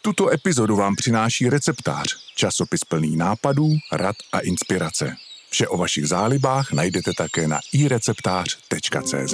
Tuto epizodu vám přináší Receptář, časopis plný nápadů, rad a inspirace. Vše o vašich zálibách najdete také na ireceptář.cz.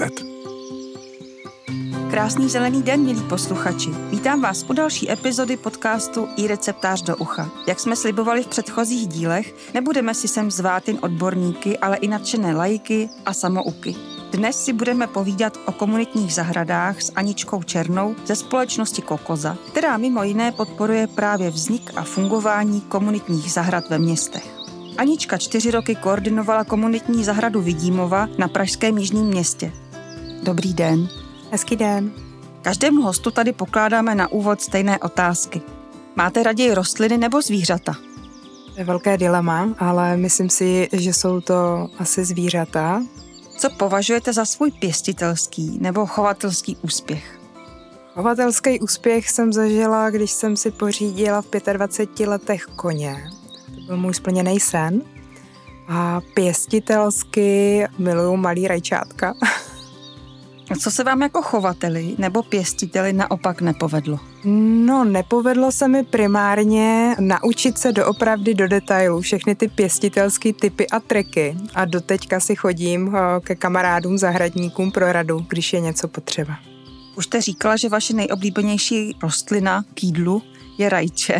Krásný zelený den, milí posluchači. Vítám vás u další epizody podcastu iReceptář do ucha. Jak jsme slibovali v předchozích dílech, nebudeme si sem zvát jen odborníky, ale i nadšené laiky a samouky. Dnes si budeme povídat o komunitních zahradách s Aničkou Černou ze společnosti Kokoza, která mimo jiné podporuje právě vznik a fungování komunitních zahrad ve městech. Anička 4 roky koordinovala komunitní zahradu Vidímova na pražském Jižním Městě. Dobrý den. Hezký den. Každému hostu tady pokládáme na úvod stejné otázky. Máte raději rostliny nebo zvířata? To je velké dilema, ale myslím si, že jsou to asi zvířata. Co považujete za svůj pěstitelský nebo chovatelský úspěch? Chovatelský úspěch jsem zažila, když jsem si pořídila v 25 letech koně. To byl můj splněný sen. A pěstitelsky miluju malý rajčátka. A co se vám jako chovateli nebo pěstiteli naopak nepovedlo? No, nepovedlo se mi primárně naučit se doopravdy do detailu všechny ty pěstitelské typy a triky. A doteďka si chodím ke kamarádům zahradníkům pro radu, když je něco potřeba. Už jste říkala, že vaše nejoblíbenější rostlina k jídlu je rajče.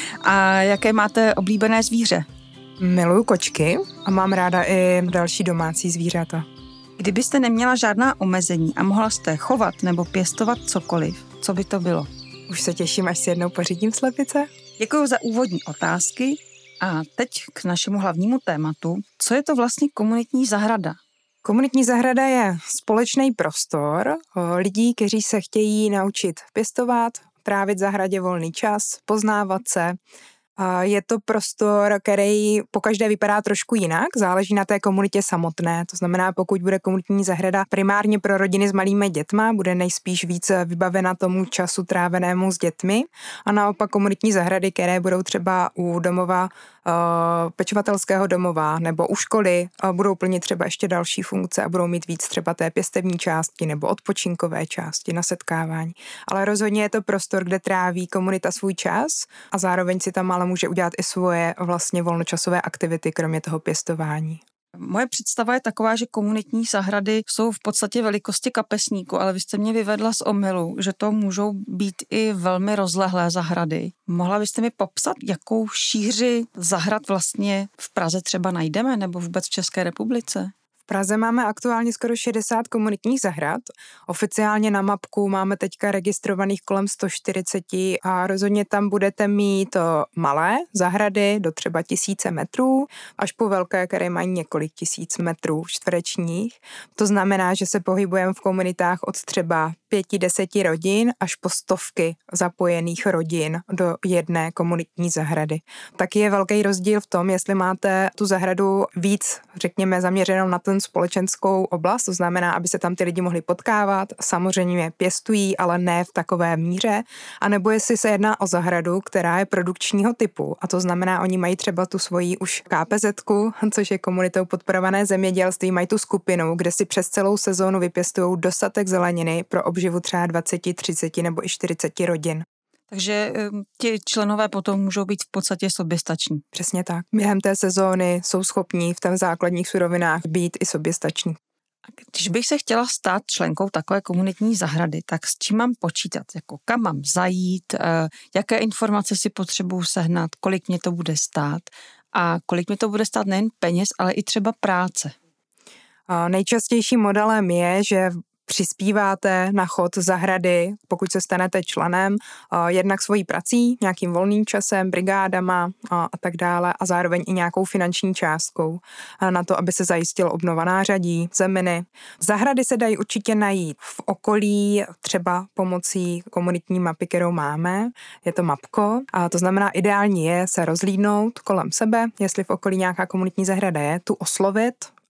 A jaké máte oblíbené zvíře? Miluju kočky a mám ráda i další domácí zvířata. Kdybyste neměla žádná omezení a mohla jste chovat nebo pěstovat cokoliv, co by to bylo? Už se těším, až si jednou pořídím slepice. Děkuji za úvodní otázky a teď k našemu hlavnímu tématu. Co je to vlastně komunitní zahrada? Komunitní zahrada je společný prostor lidí, kteří se chtějí naučit pěstovat, trávit v zahradě volný čas, poznávat se. Je to prostor, který pokaždé vypadá trošku jinak, záleží na té komunitě samotné. To znamená, pokud bude komunitní zahrada primárně pro rodiny s malými dětma, bude nejspíš víc vybavena tomu času trávenému s dětmi. A naopak komunitní zahrady, které budou třeba u domova, pečovatelského domova nebo u školy, budou plnit třeba ještě další funkce a budou mít víc třeba té pěstební části nebo odpočinkové části na setkávání. Ale rozhodně je to prostor, kde tráví komunita svůj čas a zároveň si tam ale může udělat i svoje vlastně volnočasové aktivity, kromě toho pěstování. Moje představa je taková, že komunitní zahrady jsou v podstatě velikosti kapesníku, ale vy jste mě vyvedla z omylu, že to můžou být i velmi rozlehlé zahrady. Mohla byste mi popsat, jakou šíři zahrad vlastně v Praze třeba najdeme nebo vůbec v České republice? V Praze máme aktuálně skoro 60 komunitních zahrad. Oficiálně na mapku máme teďka registrovaných kolem 140 a rozhodně tam budete mít malé zahrady do třeba 1000 metrů, až po velké, které mají několik tisíc metrů čtverečních. To znamená, že se pohybujeme v komunitách od třeba 5-10 rodin až po stovky zapojených rodin do jedné komunitní zahrady. Taky je velký rozdíl v tom, jestli máte tu zahradu víc, řekněme, zaměřenou na ten společenskou oblast, to znamená, aby se tam ty lidi mohli potkávat, samozřejmě pěstují, ale ne v takové míře, anebo jestli se jedná o zahradu, která je produkčního typu, a to znamená, oni mají třeba tu svoji už KPZ-ku, což je komunitou podporované zemědělství, mají tu skupinu, kde si přes celou sezónu vypěstují dostatek zeleniny pro obživu třeba 20, 30 nebo i 40 rodin. Takže ti členové potom můžou být v podstatě soběstační. Přesně tak. Během té sezóny jsou schopní v těch základních surovinách být i soběstační. Když bych se chtěla stát členkou takové komunitní zahrady, tak s čím mám počítat? Jako kam mám zajít, jaké informace si potřebuju sehnat, kolik mě to bude stát a kolik mě to bude stát nejen peněz, ale i třeba práce? Nejčastějším modelem je, že přispíváte na chod zahrady, pokud se stanete členem, jednak svojí prací, nějakým volným časem, brigádama a tak dále a zároveň i nějakou finanční částkou na to, aby se zajistil obnova nářadí, zeminy. Zahrady se dají určitě najít v okolí, třeba pomocí komunitní mapy, kterou máme. Je to mapko a to znamená, ideální je se rozhlídnout kolem sebe, jestli v okolí nějaká komunitní zahrada je, tu oslovit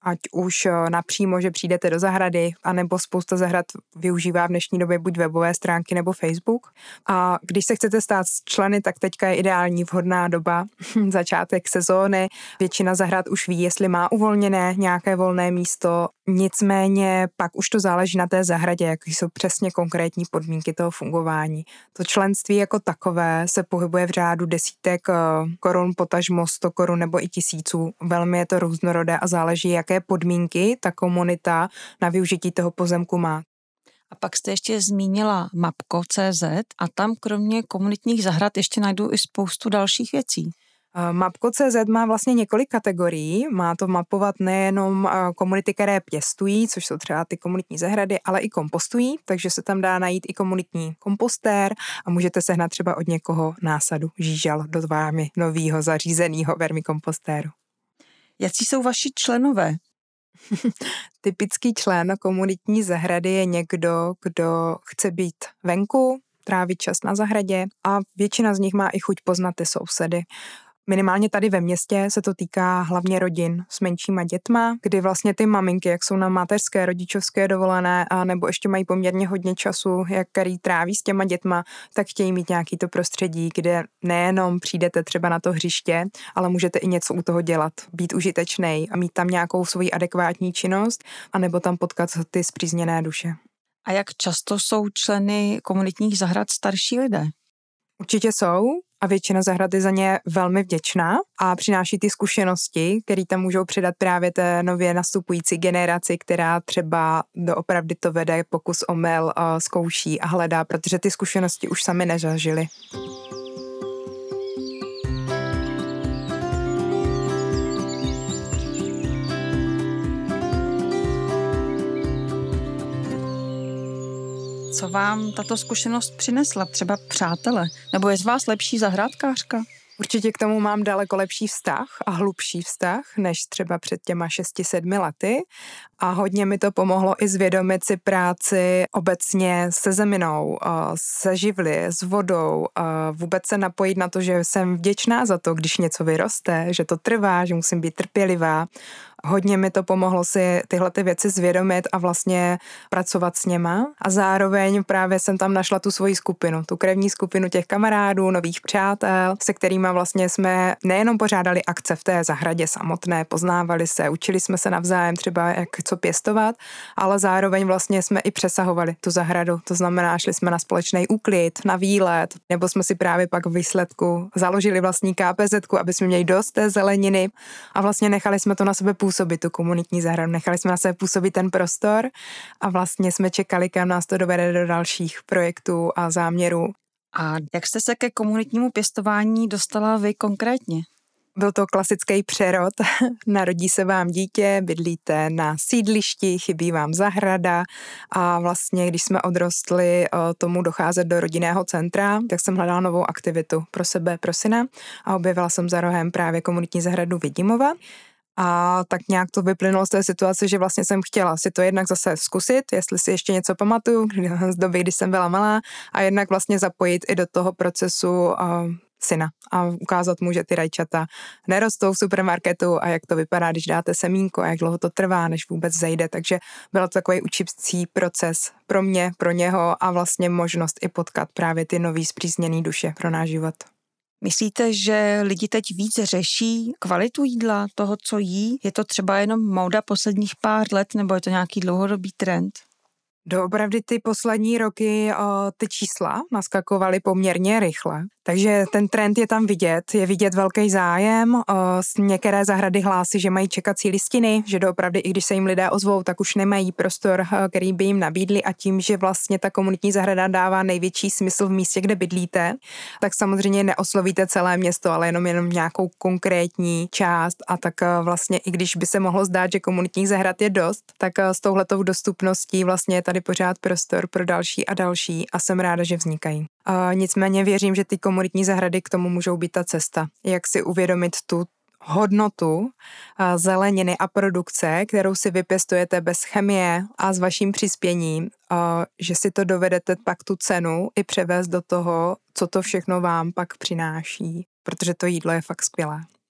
ať už napřímo, že přijdete do zahrady, anebo spousta zahrad využívá v dnešní době buď webové stránky nebo Facebook. A když se chcete stát členy, tak teďka je ideální vhodná doba, začátek sezóny. Většina zahrad už ví, jestli má uvolněné nějaké volné místo, nicméně pak už to záleží na té zahradě, jaký jsou přesně konkrétní podmínky toho fungování. To členství jako takové se pohybuje v řádu desítek korun, potažmo 100 korun nebo i tisíců. Velmi je to různorodé a záleží, jaké podmínky ta komunita na využití toho pozemku má. A pak jste ještě zmínila Mapko.cz a tam kromě komunitních zahrad ještě najdu i spoustu dalších věcí. Mapko.cz má vlastně několik kategorií. Má to mapovat nejenom komunity, které pěstují, což jsou třeba ty komunitní zahrady, ale i kompostují, takže se tam dá najít i komunitní kompostér a můžete sehnat třeba od někoho násadu žížal do vámi novýho zařízeného vermikompostéru. Jaký jsou vaši členové? Typický člen komunitní zahrady je někdo, kdo chce být venku, trávit čas na zahradě a většina z nich má i chuť poznat ty sousedy. Minimálně tady ve městě se to týká hlavně rodin s menšíma dětma, kdy vlastně ty maminky, jak jsou na mateřské, rodičovské dovolené a nebo ještě mají poměrně hodně času, který tráví s těma dětma, tak chtějí mít nějaký to prostředí, kde nejenom přijdete třeba na to hřiště, ale můžete i něco u toho dělat, být užitečnej a mít tam nějakou svoji adekvátní činnost, anebo tam potkat ty spřízněné duše. A jak často jsou členy komunitních zahrad starší lidé? Určitě jsou a většina zahrad je za ně velmi vděčná a přináší ty zkušenosti, které tam můžou předat právě té nově nastupující generaci, která třeba doopravdy to vede pokus omyl, zkouší a hledá, protože ty zkušenosti už sami nezažili. Co vám tato zkušenost přinesla? Třeba přátele? Nebo je z vás lepší zahrádkářka? Určitě k tomu mám daleko lepší vztah a hlubší vztah, než třeba před těma 6-7 lety. A hodně mi to pomohlo i zvědomit si práci obecně se zeminou, se živly, s vodou, vůbec se napojit na to, že jsem vděčná za to, když něco vyroste, že to trvá, že musím být trpělivá. Hodně mi to pomohlo si tyhle ty věci zvědomit a vlastně pracovat s něma. A zároveň právě jsem tam našla tu svoji skupinu, tu krevní skupinu těch kamarádů, nových přátel, se kterými vlastně jsme nejenom pořádali akce v té zahradě samotné, poznávali se, učili jsme se navzájem třeba jak co pěstovat, ale zároveň vlastně jsme i přesahovali tu zahradu. To znamená, šli jsme na společný úklid, na výlet, nebo jsme si právě pak v výsledku založili vlastní KPZ-ku, aby jsme měli dost té zeleniny a vlastně nechali jsme to na sebe působit, tu komunitní zahradu. Nechali jsme na sebe působit ten prostor a vlastně jsme čekali, kam nás to dovede do dalších projektů a záměrů. A jak jste se ke komunitnímu pěstování dostala vy konkrétně? Byl to klasický přerod. Narodí se vám dítě, bydlíte na sídlišti, chybí vám zahrada a vlastně, když jsme odrostli tomu docházet do rodinného centra, tak jsem hledala novou aktivitu pro sebe, pro syna a objevila jsem za rohem právě komunitní zahradu Vidimova. A tak nějak to vyplynulo z té situace, že vlastně jsem chtěla si to jednak zase zkusit, jestli si ještě něco pamatuju z doby, kdy jsem byla malá a jednak vlastně zapojit i do toho procesu syna a ukázat mu, že ty rajčata nerostou v supermarketu a jak to vypadá, když dáte semínko a jak dlouho to trvá, než vůbec zejde. Takže byl to takový učící proces pro mě, pro něho a vlastně možnost i potkat právě ty nový spřízněný duše pro náš život. Myslíte, že lidi teď víc řeší kvalitu jídla, toho, co jí? Je to třeba jenom móda posledních pár let, nebo je to nějaký dlouhodobý trend? Doopravdy ty poslední roky ty čísla naskakovaly poměrně rychle, takže ten trend je tam vidět, je vidět velký zájem, některé zahrady hlásí, že mají čekací listiny, že doopravdy i když se jim lidé ozvou, tak už nemají prostor, který by jim nabídli a tím, že vlastně ta komunitní zahrada dává největší smysl v místě, kde bydlíte, tak samozřejmě neoslovíte celé město, ale jenom nějakou konkrétní část a tak vlastně i když by se mohlo zdát, že komunitních zahrad je dost, tak s touhletou dostupností vlastně je tady pořád prostor pro další a další a jsem ráda, že vznikají. Nicméně věřím, že ty komunitní zahrady k tomu můžou být ta cesta, jak si uvědomit tu hodnotu zeleniny a produkce, kterou si vypěstujete bez chemie a s vaším přispěním, že si to dovedete pak tu cenu i převést do toho, co to všechno vám pak přináší, protože to jídlo je fakt skvělé.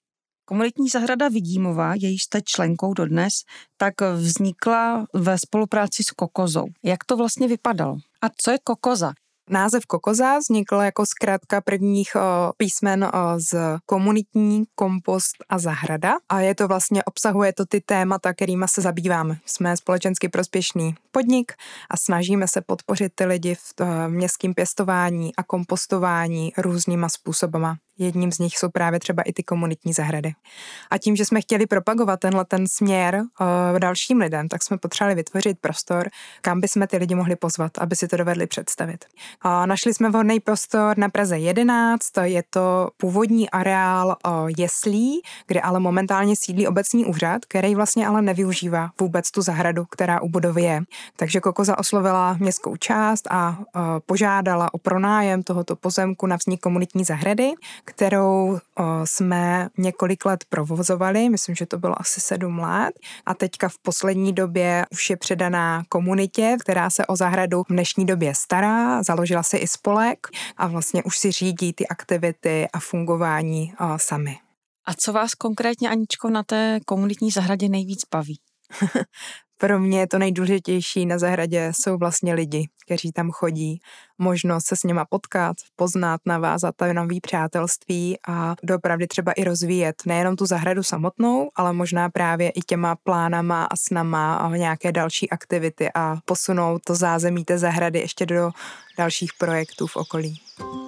Komunitní zahrada Vidímova, jejíž jste členkou dodnes, tak vznikla ve spolupráci s Kokozou. Jak to vlastně vypadalo? A co je Kokoza? Název Kokoza vznikl jako zkratka prvních písmen z komunitní, kompost a zahrada. A je to vlastně, obsahuje to ty témata, kterýma se zabýváme. Jsme společensky prospěšný podnik a snažíme se podpořit ty lidi v městském pěstování a kompostování různýma způsobama. Jedním z nich jsou právě třeba i ty komunitní zahrady. A tím, že jsme chtěli propagovat ten směr dalším lidem, tak jsme potřebovali vytvořit prostor, kam bychom ty lidi mohli pozvat, aby si to dovedli představit. A našli jsme vhodný prostor na Praze 11, je to původní areál jeslí, kde ale momentálně sídlí obecní úřad, který vlastně ale nevyužívá vůbec tu zahradu, která u budovy je. Takže Kokoza oslovila městskou část a požádala o pronájem tohoto pozemku na vznik komunitní zahrady, kterou jsme několik let provozovali, myslím, že to bylo asi 7 let a teďka v poslední době už je předaná komunitě, která se o zahradu v dnešní době stará, založila si i spolek a vlastně už si řídí ty aktivity a fungování sami. A co vás konkrétně, Aničko, na té komunitní zahradě nejvíc baví? Pro mě to nejdůležitější na zahradě jsou vlastně lidi, kteří tam chodí. Možnost se s nima potkat, poznat, navázat nový přátelství a doopravdy třeba i rozvíjet nejenom tu zahradu samotnou, ale možná právě i těma plánama a snama a nějaké další aktivity a posunout to zázemí té zahrady ještě do dalších projektů v okolí.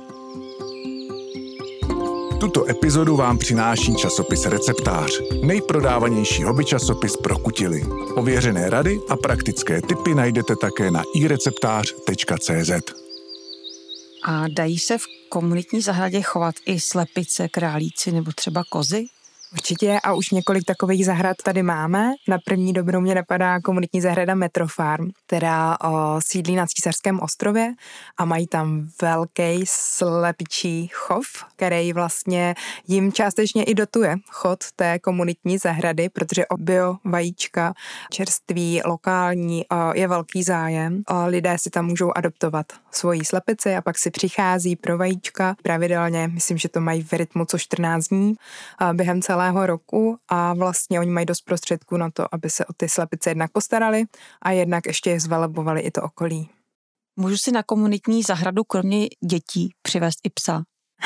Tuto epizodu vám přináší časopis Receptář, nejprodávanější hobby časopis pro kutily. Ověřené rady a praktické tipy najdete také na ireceptář.cz. A dají se v komunitní zahradě chovat i slepice, králíci nebo třeba kozy? Určitě a už několik takových zahrad tady máme. Na první dobrou mě napadá komunitní zahrada Metrofarm, která sídlí na Císařském ostrově a mají tam velký slepičí chov, který vlastně jim částečně i dotuje chod té komunitní zahrady, protože o bio vajíčka, čerství, lokální je velký zájem. Lidé si tam můžou adoptovat svoji slepici a pak si přichází pro vajíčka pravidelně, myslím, že to mají v rytmu co 14 dní během celého roku a vlastně oni mají dost prostředků na to, aby se o ty slepice jednak postarali a jednak ještě zvelebovali i to okolí. Můžu si na komunitní zahradu kromě dětí přivést i psa?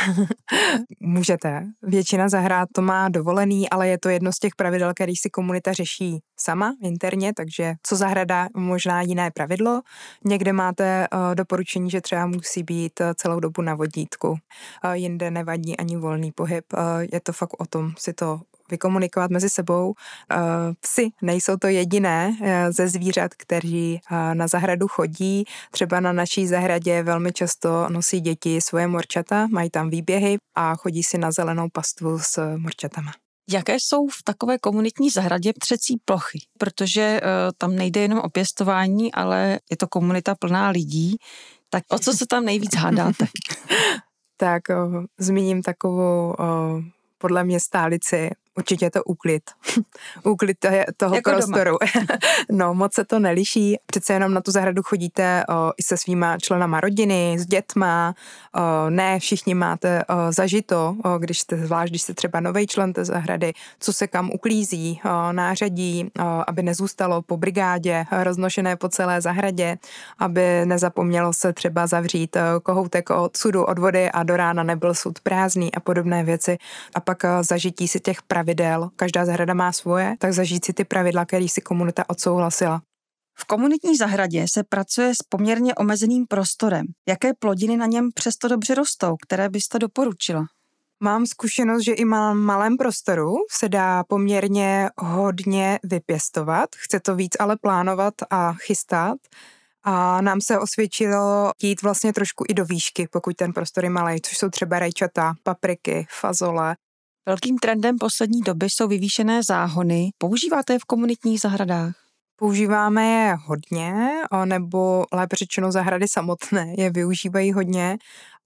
Můžete. Většina zahrad to má dovolený, ale je to jedno z těch pravidel, který si komunita řeší sama interně, takže co zahrada, možná jiné pravidlo. Někde máte doporučení, že třeba musí být celou dobu na vodítku. Jinde nevadí ani volný pohyb. Je to fakt o tom si to vykomunikovat mezi sebou. Psi nejsou to jediné ze zvířat, kteří na zahradu chodí. Třeba na naší zahradě velmi často nosí děti svoje morčata, mají tam výběhy a chodí si na zelenou pastvu s morčatama. Jaké jsou v takové komunitní zahradě třecí plochy? Protože tam nejde jenom o pěstování, ale je to komunita plná lidí. Tak o co se tam nejvíc hádáte? Tak zmíním takovou podle mě stálici. Určitě je to úklid. Úklid toho jako prostoru. No, moc se to neliší. Přece jenom na tu zahradu chodíte i se svýma členama rodiny, s dětma. Ne všichni máte zažito, zvlášť když jste třeba nový člen té zahrady, co se kam uklízí, nářadí, aby nezůstalo po brigádě roznošené po celé zahradě, aby nezapomnělo se třeba zavřít kohoutek od sudu, od vody a do rána nebyl sud prázdný a podobné věci. A pak zažití si těch pravidel, každá zahrada má svoje, tak zažít si ty pravidla, které si komunita odsouhlasila. V komunitní zahradě se pracuje s poměrně omezeným prostorem. Jaké plodiny na něm přesto dobře rostou, které byste doporučila? Mám zkušenost, že i na malém prostoru se dá poměrně hodně vypěstovat. Chce to víc ale plánovat a chystat. A nám se osvědčilo jít vlastně trošku i do výšky, pokud ten prostor je malej, což jsou třeba rajčata, papriky, fazole. Velkým trendem poslední doby jsou vyvýšené záhony. Používáte je v komunitních zahradách? Používáme je hodně, nebo lépe řečeno zahrady samotné je využívají hodně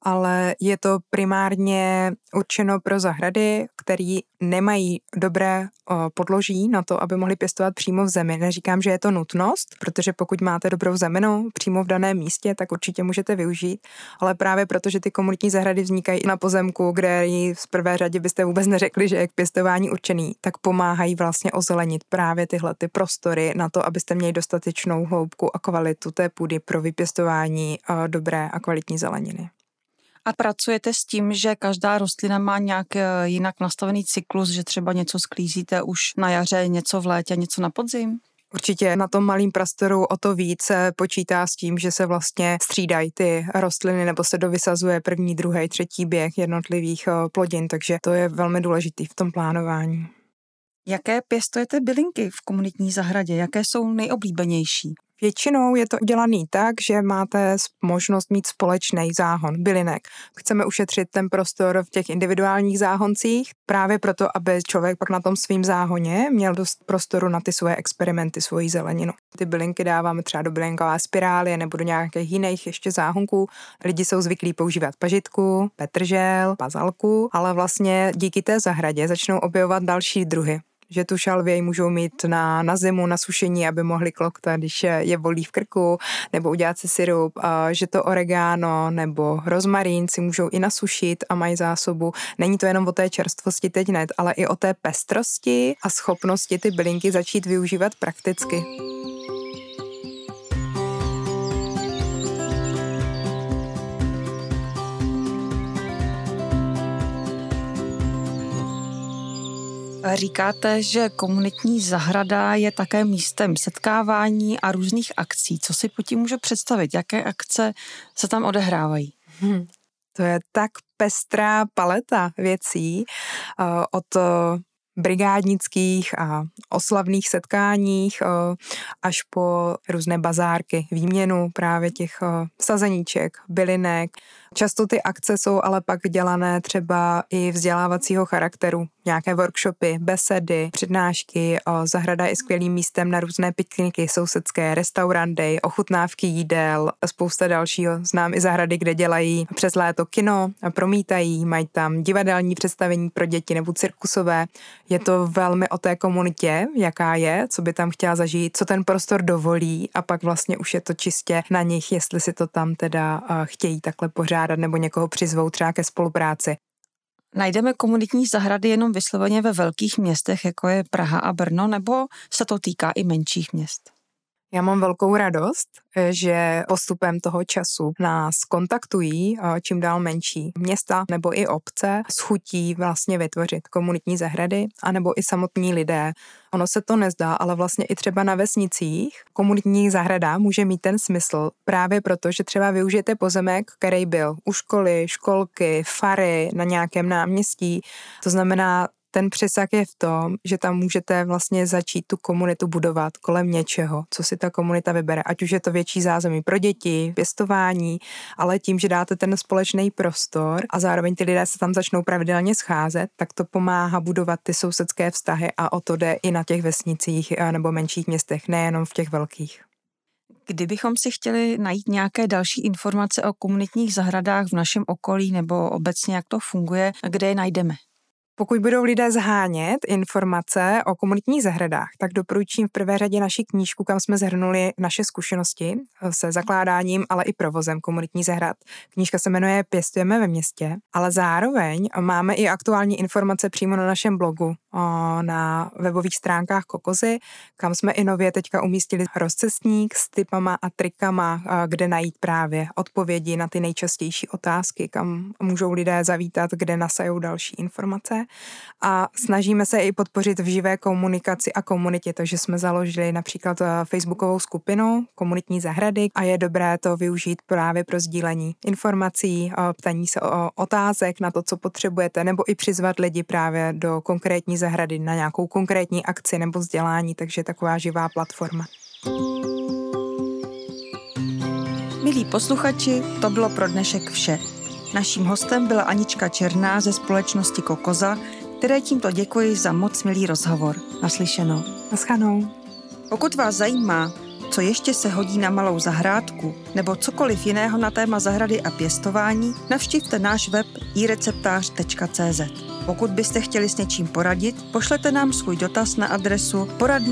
ale je to primárně určeno pro zahrady, které nemají dobré podloží na to, aby mohli pěstovat přímo v zemi. Neříkám, že je to nutnost, protože pokud máte dobrou zeminu přímo v daném místě, tak určitě můžete využít, ale právě protože ty komunitní zahrady vznikají na pozemku, kde v prvé řadě byste vůbec neřekli, že je k pěstování určený, tak pomáhají vlastně ozelenit právě tyhle ty prostory na to, abyste měli dostatečnou hloubku a kvalitu té půdy pro vypěstování dobré a kvalitní zeleniny. A pracujete s tím, že každá rostlina má nějak jinak nastavený cyklus, že třeba něco sklízíte už na jaře, něco v létě, něco na podzim? Určitě na tom malým prostoru o to víc se počítá s tím, že se vlastně střídají ty rostliny nebo se dovysazuje první, druhý, třetí běh jednotlivých plodin, takže to je velmi důležitý v tom plánování. Jaké pěstujete bylinky v komunitní zahradě? Jaké jsou nejoblíbenější? Většinou je to udělaný tak, že máte možnost mít společný záhon bylinek. Chceme ušetřit ten prostor v těch individuálních záhoncích, právě proto, aby člověk pak na tom svým záhoně měl dost prostoru na ty svoje experimenty, svoji zeleninu. Ty bylinky dáváme třeba do bylinkové spirály nebo do nějakých jiných ještě záhonků. Lidi jsou zvyklí používat pažitku, petržel, bazalku, ale vlastně díky té zahradě začnou objevovat další druhy. Že tu šalvěj můžou mít na zimu, na sušení, aby mohli kloktat, když je bolí v krku, nebo udělat si sirup, že to oregano nebo rozmarín si můžou i nasušit a mají zásobu. Není to jenom o té čerstvosti teď hned, ale i o té pestrosti a schopnosti ty bylinky začít využívat prakticky. Říkáte, že komunitní zahrada je také místem setkávání a různých akcí. Co si pod tím můžu představit? Jaké akce se tam odehrávají? To je tak pestrá paleta věcí od brigádnických a oslavných setkáních až po různé bazárky, výměnu právě těch sazeníček, bylinek. Často ty akce jsou ale pak dělané třeba i vzdělávacího charakteru. Nějaké workshopy, besedy, přednášky. Zahrada je skvělým místem na různé pikniky, sousedské restauranty, ochutnávky jídel, spousta dalšího. Znám i zahrady, kde dělají přes léto kino, promítají, mají tam divadelní představení pro děti nebo cirkusové. Je to velmi o té komunitě, jaká je, co by tam chtěla zažít, co ten prostor dovolí a pak vlastně už je to čistě na nich, jestli si to tam teda chtějí takhle pořádat nebo někoho přizvou třeba ke spolupráci. Najdeme komunitní zahrady jenom vysloveně ve velkých městech, jako je Praha a Brno, nebo se to týká i menších měst? Já mám velkou radost, že postupem toho času nás kontaktují čím dál menší města nebo i obce s chutí vlastně vytvořit komunitní zahrady, anebo i samotní lidé. Ono se to nezdá, ale vlastně i třeba na vesnicích komunitní zahrada může mít ten smysl právě proto, že třeba využijete pozemek, který byl u školy, školky, fary, na nějakém náměstí. To znamená, ten přesah je v tom, že tam můžete vlastně začít tu komunitu budovat kolem něčeho, co si ta komunita vybere. Ať už je to větší zázemí pro děti, pěstování, ale tím, že dáte ten společný prostor a zároveň ty lidé se tam začnou pravidelně scházet, tak to pomáhá budovat ty sousedské vztahy a o to jde i na těch vesnicích nebo menších městech, nejenom v těch velkých. Kdybychom si chtěli najít nějaké další informace o komunitních zahradách v našem okolí nebo obecně, jak to funguje, kde je najdeme? Pokud budou lidé zhánět informace o komunitních zahradách, tak doporučím v prvé řadě naši knížku, kam jsme shrnuli naše zkušenosti se zakládáním, ale i provozem komunitních zahrad. Knížka se jmenuje Pěstujeme ve městě, ale zároveň máme i aktuální informace přímo na našem blogu, na webových stránkách Kokozy, kam jsme i nově teďka umístili rozcestník s tipama a trikama, kde najít právě odpovědi na ty nejčastější otázky, kam můžou lidé zavítat, kde nasajou další informace. A snažíme se i podpořit v živé komunikaci a komunitě, takže jsme založili například facebookovou skupinu komunitní zahrady a je dobré to využít právě pro sdílení informací, ptání se o otázek na to, co potřebujete, nebo i přizvat lidi právě do konkrétní zahrady na nějakou konkrétní akci nebo vzdělání, takže taková živá platforma. Milí posluchači, to bylo pro dnešek vše. Naším hostem byla Anička Černá ze společnosti Kokoza, které tímto děkuji za moc milý rozhovor. Naslyšenou. Naschledanou. Pokud vás zajímá, co ještě se hodí na malou zahrádku, nebo cokoliv jiného na téma zahrady a pěstování, navštivte náš web ireceptář.cz. Pokud byste chtěli s něčím poradit, pošlete nám svůj dotaz na adresu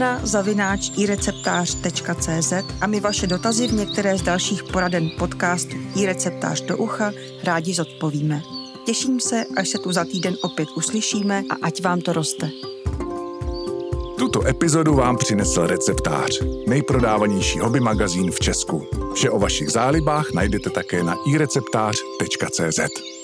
poradna@ireceptář.cz a my vaše dotazy v některé z dalších poraden podcastu iReceptář do ucha rádi zodpovíme. Těším se, až se tu za týden opět uslyšíme a ať vám to roste. Tuto epizodu vám přinesl Receptář, nejprodávanější hobby magazín v Česku. Vše o vašich zálibách najdete také na ireceptář.cz.